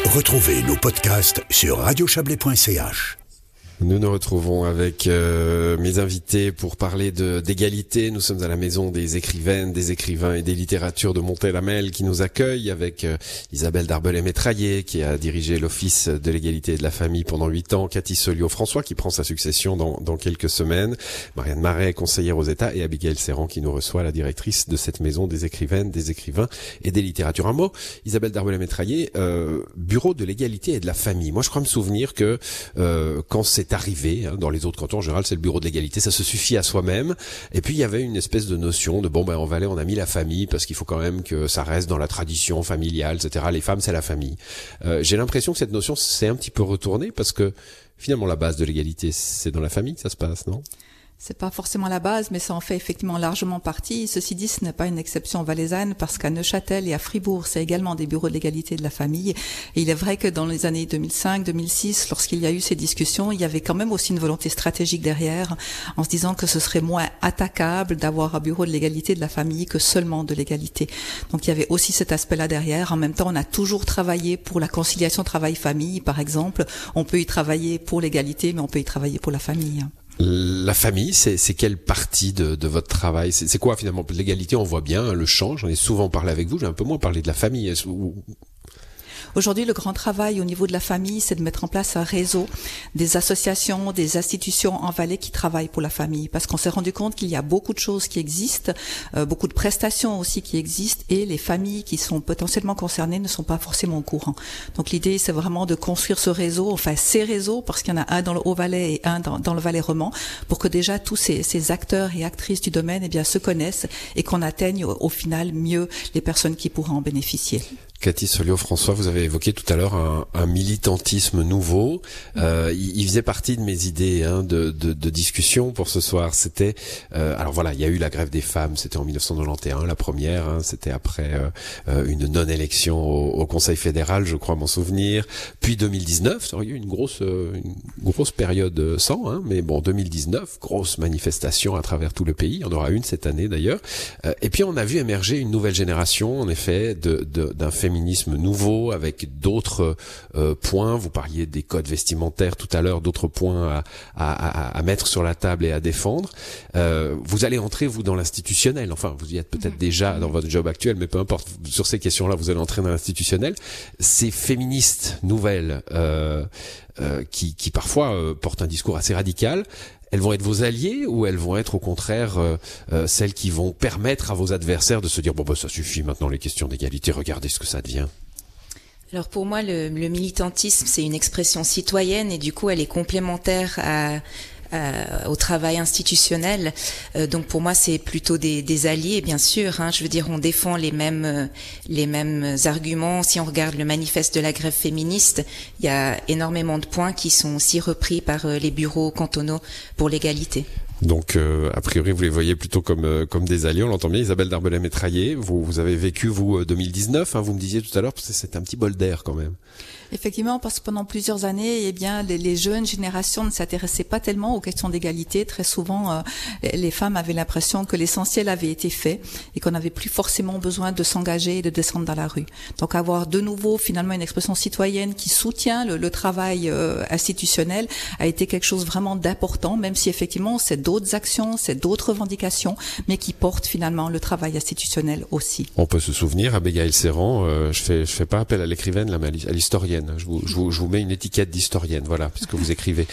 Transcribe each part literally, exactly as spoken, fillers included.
Retrouvez nos podcasts sur radio chablais point c h. Nous nous retrouvons avec euh, mes invités pour parler de d'égalité. Nous sommes à la maison des écrivaines, des écrivains et des littératures de Montet-Lamel qui nous accueille avec euh, Isabelle Darbelay-Métraillé qui a dirigé l'Office de l'égalité et de la famille pendant huit ans, Cathy Soliot-François qui prend sa succession dans, dans quelques semaines, Marianne Marais, conseillère aux États, et Abigail Serran qui nous reçoit, la directrice de cette maison des écrivaines, des écrivains et des littératures. Un mot, Isabelle Darbelay-Métraillé, euh, bureau de l'égalité et de la famille. Moi, je crois me souvenir que euh, quand c'est arrivé, hein, dans les autres cantons en général, c'est le bureau de l'égalité, ça se suffit à soi-même. Et puis il y avait une espèce de notion de bon ben en Valais on a mis la famille parce qu'il faut quand même que ça reste dans la tradition familiale, et cetera. Les femmes c'est la famille. Euh, j'ai l'impression que cette notion s'est un petit peu retournée parce que finalement la base de l'égalité c'est dans la famille que ça se passe, non ? C'est pas forcément la base, mais ça en fait effectivement largement partie. Ceci dit, ce n'est pas une exception valaisanne parce qu'à Neuchâtel et à Fribourg, c'est également des bureaux de l'égalité de la famille. Et il est vrai que dans les années deux mille cinq, deux mille six, lorsqu'il y a eu ces discussions, il y avait quand même aussi une volonté stratégique derrière, en se disant que ce serait moins attaquable d'avoir un bureau de l'égalité de la famille que seulement de l'égalité. Donc il y avait aussi cet aspect-là derrière. En même temps, on a toujours travaillé pour la conciliation travail-famille, par exemple. On peut y travailler pour l'égalité, mais on peut y travailler pour la famille. La famille, c'est, c'est quelle partie de, de votre travail ? c'est, c'est quoi finalement ? L'égalité, on voit bien, hein, le champ, j'en ai souvent parlé avec vous, j'ai un peu moins parlé de la famille. Est-ce, ou... Aujourd'hui, le grand travail au niveau de la famille, c'est de mettre en place un réseau des associations, des institutions en Valais qui travaillent pour la famille. Parce qu'on s'est rendu compte qu'il y a beaucoup de choses qui existent, euh, beaucoup de prestations aussi qui existent, et les familles qui sont potentiellement concernées ne sont pas forcément au courant. Donc l'idée, c'est vraiment de construire ce réseau, enfin ces réseaux, parce qu'il y en a un dans le Haut-Valais et un dans, dans le Valais romand, pour que déjà tous ces, ces acteurs et actrices du domaine eh bien, se connaissent et qu'on atteigne au, au final mieux les personnes qui pourront en bénéficier. Cathy Soliot-François, vous avez évoqué tout à l'heure un, un militantisme nouveau. Euh, il, il faisait partie de mes idées hein, de, de, de discussion pour ce soir. C'était, euh, alors voilà, il y a eu la grève des femmes, c'était en mille neuf cent quatre-vingt-onze, la première. Hein, c'était après euh, une non-élection au, au Conseil fédéral, je crois m'en souvenir. Puis deux mille dix-neuf, il y a eu une grosse, une grosse période sans, hein, mais bon, deux mille dix-neuf, grosse manifestation à travers tout le pays. Il y en aura une cette année d'ailleurs. Euh, et puis on a vu émerger une nouvelle génération, en effet, de, de, d'un féminisme nouveau avec d'autres euh, points. Vous parliez des codes vestimentaires tout à l'heure, d'autres points à, à, à, à mettre sur la table et à défendre. Euh, vous allez entrer, vous, dans l'institutionnel. Enfin, vous y êtes peut-être déjà dans votre job actuel, mais peu importe. Sur ces questions-là, vous allez entrer dans l'institutionnel. Ces féministes nouvelles euh, euh, qui, qui parfois euh, portent un discours assez radical, elles vont être vos alliés ou elles vont être au contraire euh, euh, celles qui vont permettre à vos adversaires de se dire bon bah ça suffit maintenant les questions d'égalité, regardez ce que ça devient. Alors pour moi le, le militantisme c'est une expression citoyenne et du coup elle est complémentaire à Euh, au travail institutionnel. Euh, donc pour moi c'est plutôt des, des alliés bien sûr. Hein. Je veux dire on défend les mêmes euh, les mêmes arguments. Si on regarde le manifeste de la grève féministe, il y a énormément de points qui sont aussi repris par euh, les bureaux cantonaux pour l'égalité. Donc, euh, a priori, vous les voyez plutôt comme euh, comme des alliés. On l'entend bien. Isabelle Darbelay-Métraillé, vous vous avez vécu vous deux mille dix-neuf. Hein, vous me disiez tout à l'heure, parce que c'est un petit bol d'air quand même. Effectivement, parce que pendant plusieurs années, eh bien, les, les jeunes générations ne s'intéressaient pas tellement aux questions d'égalité. Très souvent, euh, les femmes avaient l'impression que l'essentiel avait été fait et qu'on n'avait plus forcément besoin de s'engager et de descendre dans la rue. Donc, avoir de nouveau finalement une expression citoyenne qui soutient le, le travail euh, institutionnel a été quelque chose vraiment d'important, même si effectivement c'est d'autres actions, c'est d'autres revendications, mais qui portent finalement le travail institutionnel aussi. On peut se souvenir, Abigail Serran, euh, je fais je fais pas appel à l'écrivaine, là, mais à l'historienne. Je vous, je vous, je vous mets une étiquette d'historienne, voilà, puisque vous écrivez.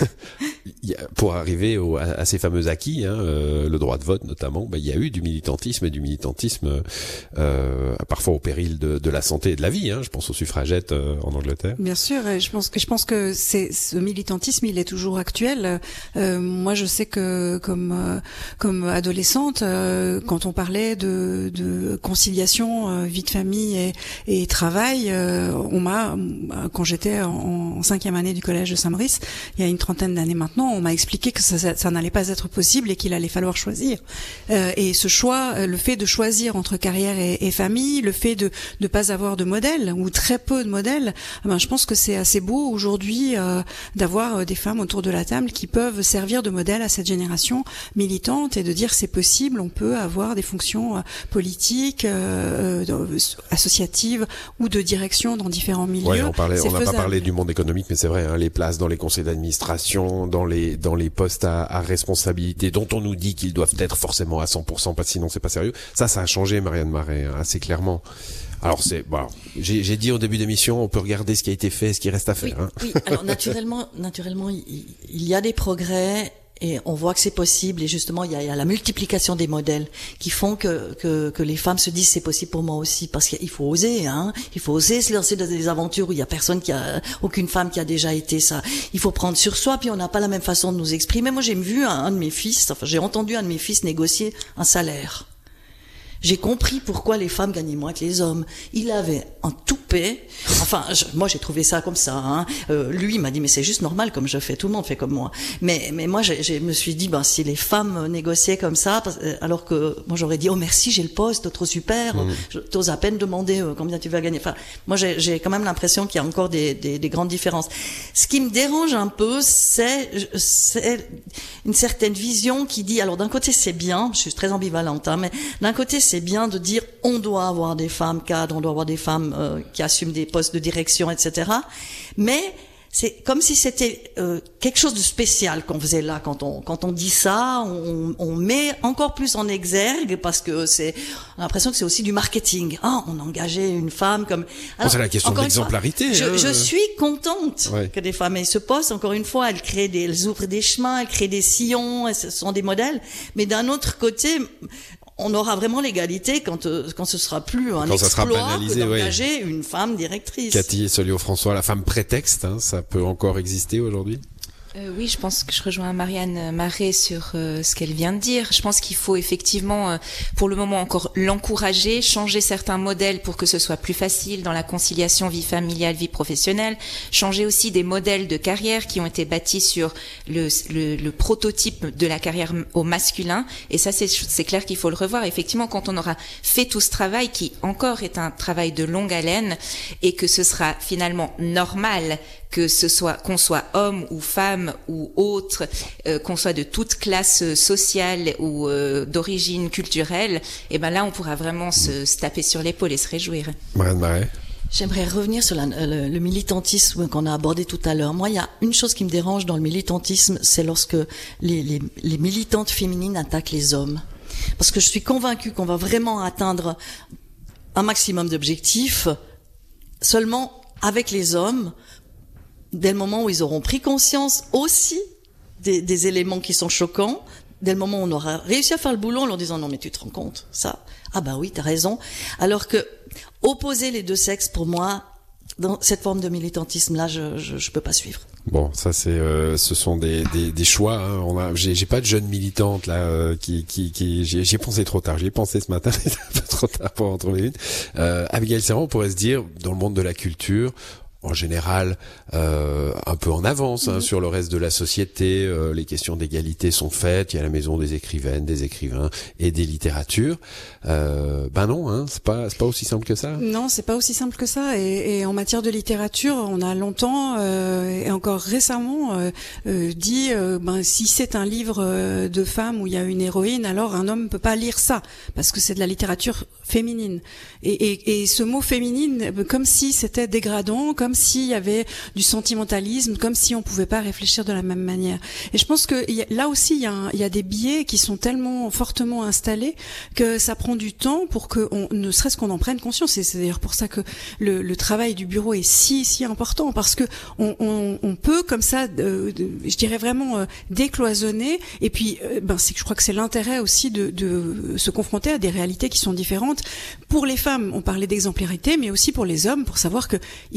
Pour arriver au, à, à ces fameux acquis, hein, euh, le droit de vote notamment, bah, il y a eu du militantisme et du militantisme euh, parfois au péril de, de la santé et de la vie. Hein, je pense aux suffragettes euh, en Angleterre. Bien sûr, et je pense que je pense que c'est ce militantisme, il est toujours actuel. Euh, moi, je sais que comme euh, comme adolescente, euh, quand on parlait de, de conciliation euh, vie de famille et, et travail, euh, on m'a quand j'étais en, en cinquième année du collège de Saint-Maurice, il y a une trentaine d'années maintenant. maintenant, on m'a expliqué que ça, ça, ça n'allait pas être possible et qu'il allait falloir choisir. Euh, et ce choix, le fait de choisir entre carrière et, et famille, le fait de ne pas avoir de modèle ou très peu de modèles, ben, je pense que c'est assez beau aujourd'hui euh, d'avoir des femmes autour de la table qui peuvent servir de modèle à cette génération militante et de dire c'est possible, on peut avoir des fonctions euh, politiques, euh, euh, associatives ou de direction dans différents milieux. Ouais, on parlait, c'est on n'a pas faisable. parlé du monde économique, mais c'est vrai, hein, les places dans les conseils d'administration, dans les dans les postes à, à responsabilité, dont on nous dit qu'ils doivent être forcément à cent pour cent, parce que sinon c'est pas sérieux. Ça, ça a changé, Marianne Marais, hein, assez clairement. Alors c'est, bon, j'ai, j'ai dit au début d'émission, on peut regarder ce qui a été fait, ce qui reste à faire. Oui, hein. oui. Alors naturellement, naturellement, il, il y a des progrès. Et on voit que c'est possible, et justement, il y a, il y a la multiplication des modèles qui font que, que, que les femmes se disent c'est possible pour moi aussi, parce qu'il faut oser, hein. Il faut oser se lancer dans des aventures où il y a personne qui a, aucune femme qui a déjà été ça. Il faut prendre sur soi, puis on n'a pas la même façon de nous exprimer. Moi, j'ai vu un, un de mes fils, enfin, j'ai entendu un de mes fils négocier un salaire. J'ai compris pourquoi les femmes gagnaient moins que les hommes. Il avait un toupet. Enfin, je, moi, j'ai trouvé ça comme ça. Hein. Euh, lui, il m'a dit, mais c'est juste normal, comme je fais. Tout le monde fait comme moi. Mais, mais moi, je, je me suis dit, ben, si les femmes négociaient comme ça, parce, alors que moi, j'aurais dit, oh merci, j'ai le poste, trop super. Mmh. Je t'ose à peine demander euh, combien tu vas gagner. Enfin, moi, j'ai, j'ai quand même l'impression qu'il y a encore des, des, des grandes différences. Ce qui me dérange un peu, c'est, c'est une certaine vision qui dit, alors d'un côté, c'est bien. Je suis très ambivalente, hein, mais d'un côté, c'est c'est bien de dire on doit avoir des femmes cadres, on doit avoir des femmes euh, qui assument des postes de direction, et cetera. Mais c'est comme si c'était euh, quelque chose de spécial qu'on faisait là. Quand on quand on dit ça, on, on met encore plus en exergue parce que c'est on a l'impression que c'est aussi du marketing. Ah, on a engagé une femme comme. Alors, oh, c'est la question de l'exemplarité. Fois, je, hein. je suis contente ouais. que des femmes aient ce poste. Encore une fois, elles créent des, elles ouvrent des chemins, elles créent des sillons, elles sont des modèles. Mais d'un autre côté, on aura vraiment l'égalité quand euh, quand ce sera plus un quand exploit banalisé, que d'engager ouais. une femme directrice. Cathy Soliot-François, la femme prétexte, hein, ça peut encore exister aujourd'hui? Euh, oui, je pense que je rejoins Marianne Marais sur euh, ce qu'elle vient de dire. Je pense qu'il faut effectivement, euh, pour le moment encore, l'encourager, changer certains modèles pour que ce soit plus facile dans la conciliation vie familiale, vie professionnelle, changer aussi des modèles de carrière qui ont été bâtis sur le, le, le prototype de la carrière au masculin. Et ça, c'est, c'est clair qu'il faut le revoir. Effectivement, quand on aura fait tout ce travail, qui encore est un travail de longue haleine, et que ce sera finalement normal que ce soit qu'on soit homme ou femme ou autre, euh, qu'on soit de toute classe sociale ou euh, d'origine culturelle, et ben là on pourra vraiment se, se taper sur l'épaule et se réjouir. Marianne Marais. J'aimerais revenir sur la, le, le militantisme qu'on a abordé tout à l'heure. Moi, il y a une chose qui me dérange dans le militantisme, c'est lorsque les, les, les militantes féminines attaquent les hommes. Parce que je suis convaincue qu'on va vraiment atteindre un maximum d'objectifs seulement avec les hommes, dès le moment où ils auront pris conscience aussi des, des éléments qui sont choquants, dès le moment où on aura réussi à faire le boulot en leur disant non mais tu te rends compte, ça, ah bah oui, t'as raison. Alors que opposer les deux sexes, pour moi, dans cette forme de militantisme-là, je, je, je peux pas suivre. Bon, ça c'est, euh, ce sont des, des, des choix. Hein. On a, j'ai, j'ai pas de jeune militante là euh, qui, qui, qui, j'ai, j'ai pensé trop tard. J'y ai pensé ce matin, mais un peu trop tard pour en trouver une. Euh, Abigail Serran, on pourrait se dire, dans le monde de la culture, en général, euh, un peu en avance hein, mmh. sur le reste de la société. Euh, les questions d'égalité sont faites. Il y a la maison des écrivaines, des écrivains et des littératures. Euh, ben non, hein, c'est pas, c'est pas aussi simple que ça. Non, c'est pas aussi simple que ça. Et, et en matière de littérature, on a longtemps euh, et encore récemment euh, euh, dit, euh, ben si c'est un livre de femme où il y a une héroïne, alors un homme peut pas lire ça parce que c'est de la littérature féminine. Et, et, et ce mot féminine, comme si c'était dégradant, comme s'il y avait du sentimentalisme, comme si on pouvait pas réfléchir de la même manière. Et je pense que y a, là aussi, il y, a un, il y a des biais qui sont tellement fortement installés que ça prend du temps pour que, on, ne serait-ce qu'on en prenne conscience. Et c'est d'ailleurs pour ça que le, le travail du bureau est si si important, parce que on, on, on peut comme ça, euh, de, je dirais vraiment euh, décloisonner. Et puis, euh, ben c'est, je crois que c'est l'intérêt aussi de, de se confronter à des réalités qui sont différentes. Pour les femmes, on parlait d'exemplarité, mais aussi pour les hommes, pour savoir que il peut y avoir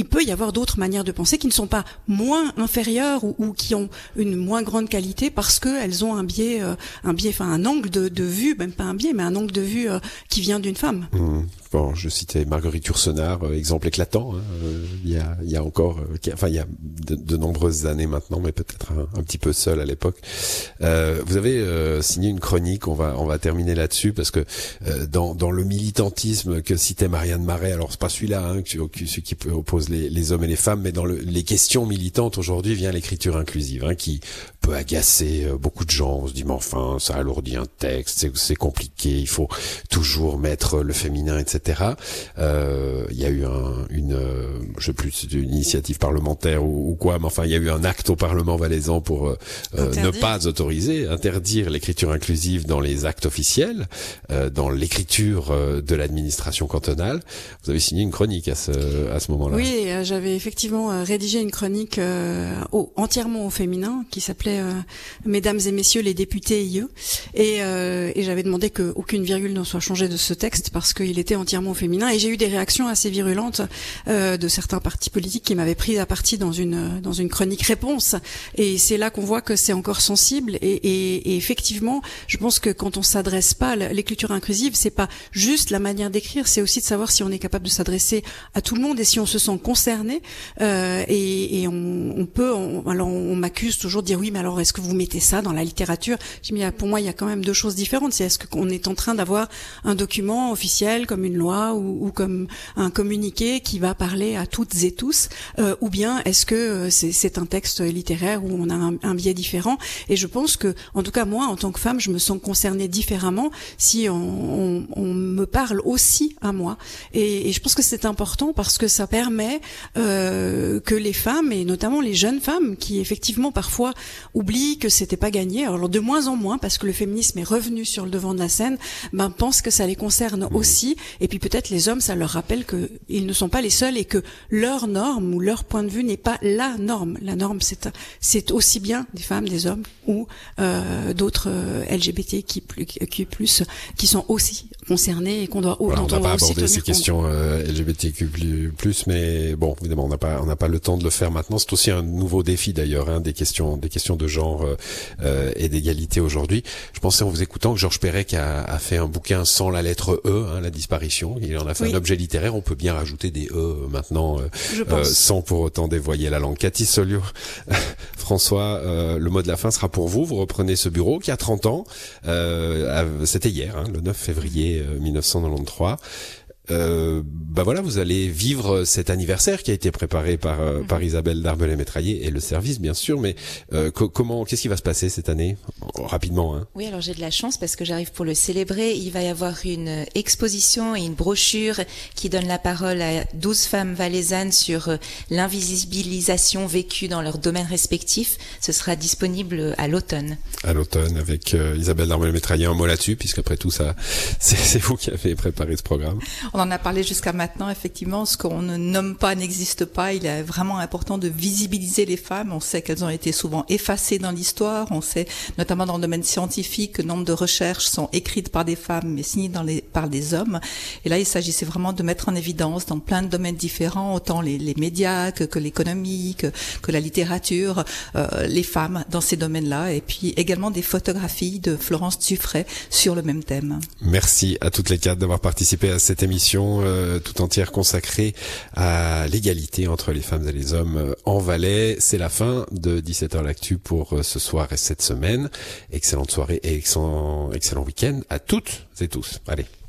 avoir d'autres manières de penser qui ne sont pas moins inférieures ou, ou qui ont une moins grande qualité parce qu'elles ont un biais, euh, un biais, enfin un angle de, de vue, même pas un biais, mais un angle de vue euh, qui vient d'une femme. Mmh. Bon, je citais Marguerite Yourcenar, euh, exemple éclatant. Hein, euh, il y a, il y a encore, euh, qui, enfin il y a de, de nombreuses années maintenant, mais peut-être un, un petit peu seul à l'époque. Euh, vous avez euh, signé une chronique. On va, on va terminer là-dessus parce que euh, dans, dans le militantisme que citait Marianne Marais, alors c'est pas celui-là, hein, celui qui oppose les, les hommes et les femmes, mais dans le, les questions militantes aujourd'hui vient l'écriture inclusive, hein, qui peut agacer beaucoup de gens. On se dit mais enfin ça alourdit un texte, c'est, c'est compliqué, il faut toujours mettre le féminin, et cetera. Euh, il y a eu un, une, je sais plus, c'est une initiative parlementaire ou, ou quoi, mais enfin il y a eu un acte au Parlement valaisan pour euh, ne pas autoriser, interdire l'écriture inclusive dans les actes officiels, euh, dans l'écriture euh, de l'administration cantonale. Vous avez signé une chronique à ce, à ce moment-là. Oui, euh, j'avais effectivement euh, rédigé une chronique euh, au, entièrement au féminin qui s'appelait euh, Mesdames et Messieurs les députés I E, et, euh, et j'avais demandé qu'aucune virgule ne soit changée de ce texte parce qu'il était entièrement au féminin, et j'ai eu des réactions assez virulentes euh, de certains partis politiques qui m'avaient pris à partie dans une dans une chronique réponse, et c'est là qu'on voit que c'est encore sensible, et, et, et effectivement je pense que quand on s'adresse pas à l'écriture inclusive, c'est pas juste la manière d'écrire, c'est aussi de savoir si on est capable de s'adresser à tout le monde et si on se sent concerné, euh, et, et on, on peut on, alors on m'accuse toujours de dire oui mais alors est-ce que vous mettez ça dans la littérature? Je dis mais pour moi il y a quand même deux choses différentes, c'est est-ce qu'on est en train d'avoir un document officiel comme une loi ou, ou comme un communiqué qui va parler à toutes et tous, euh, ou bien est-ce que c'est, c'est un texte littéraire où on a un, un biais différent? Et je pense que, en tout cas moi, en tant que femme, je me sens concernée différemment si on, on, on me parle aussi à moi. Et, et je pense que c'est important parce que ça permet euh, que les femmes, et notamment les jeunes femmes, qui effectivement parfois oublient que c'était pas gagné, alors de moins en moins parce que le féminisme est revenu sur le devant de la scène, ben pensent que ça les concerne aussi. Et puis peut-être les hommes, ça leur rappelle que ils ne sont pas les seuls et que leur norme ou leur point de vue n'est pas la norme. La norme, c'est c'est aussi bien des femmes, des hommes ou euh, d'autres euh, L G B T qui plus qui plus qui sont aussi concernés et qu'on doit voilà, dont on on va va pas aussi aborder tenir ces compte. questions euh, L G B T Q plus, mais bon, évidemment, on n'a pas on n'a pas le temps de le faire maintenant. C'est aussi un nouveau défi d'ailleurs, hein, des questions des questions de genre euh, et d'égalité aujourd'hui. Je pensais en vous écoutant que Georges Perec a, a fait un bouquin sans la lettre E, hein, la disparition. Il en a fait oui. un objet littéraire. On peut bien rajouter des E maintenant, euh, euh, sans pour autant dévoyer la langue. Cathy Soliot, François, euh, le mot de la fin sera pour vous. Vous reprenez ce bureau qui a trente ans. Euh, c'était hier, hein, le neuf février mille neuf cent quatre-vingt-treize. Euh, bah voilà, vous allez vivre cet anniversaire qui a été préparé par euh, mmh. par Isabelle Darbelay-Métraillé et le service bien sûr, mais euh, co- comment, qu'est-ce qui va se passer cette année rapidement, hein? Oui, alors j'ai de la chance parce que j'arrive pour le célébrer. Il va y avoir une exposition et une brochure qui donne la parole à douze femmes valaisannes sur euh, l'invisibilisation vécue dans leurs domaines respectifs. Ce sera disponible à l'automne. À l'automne avec euh, Isabelle Darbelay-Métraillé, un mot là-dessus, puisqu'après tout ça, c'est, c'est vous qui avez préparé ce programme. On en a parlé jusqu'à maintenant, effectivement, ce qu'on ne nomme pas n'existe pas. Il est vraiment important de visibiliser les femmes. On sait qu'elles ont été souvent effacées dans l'histoire. On sait, notamment dans le domaine scientifique, que nombre de recherches sont écrites par des femmes mais signées dans les, par des hommes. Et là, il s'agissait vraiment de mettre en évidence dans plein de domaines différents, autant les, les médias que, que l'économie, que, que la littérature, euh, les femmes dans ces domaines-là. Et puis également des photographies de Florence Dufray sur le même thème. Merci à toutes les quatre d'avoir participé à cette émission. Euh, tout entière consacrée à l'égalité entre les femmes et les hommes euh, en Valais. C'est la fin de dix-sept heures l'actu pour euh, ce soir et cette semaine. Excellente soirée et excellent, excellent week-end à toutes et tous. Allez.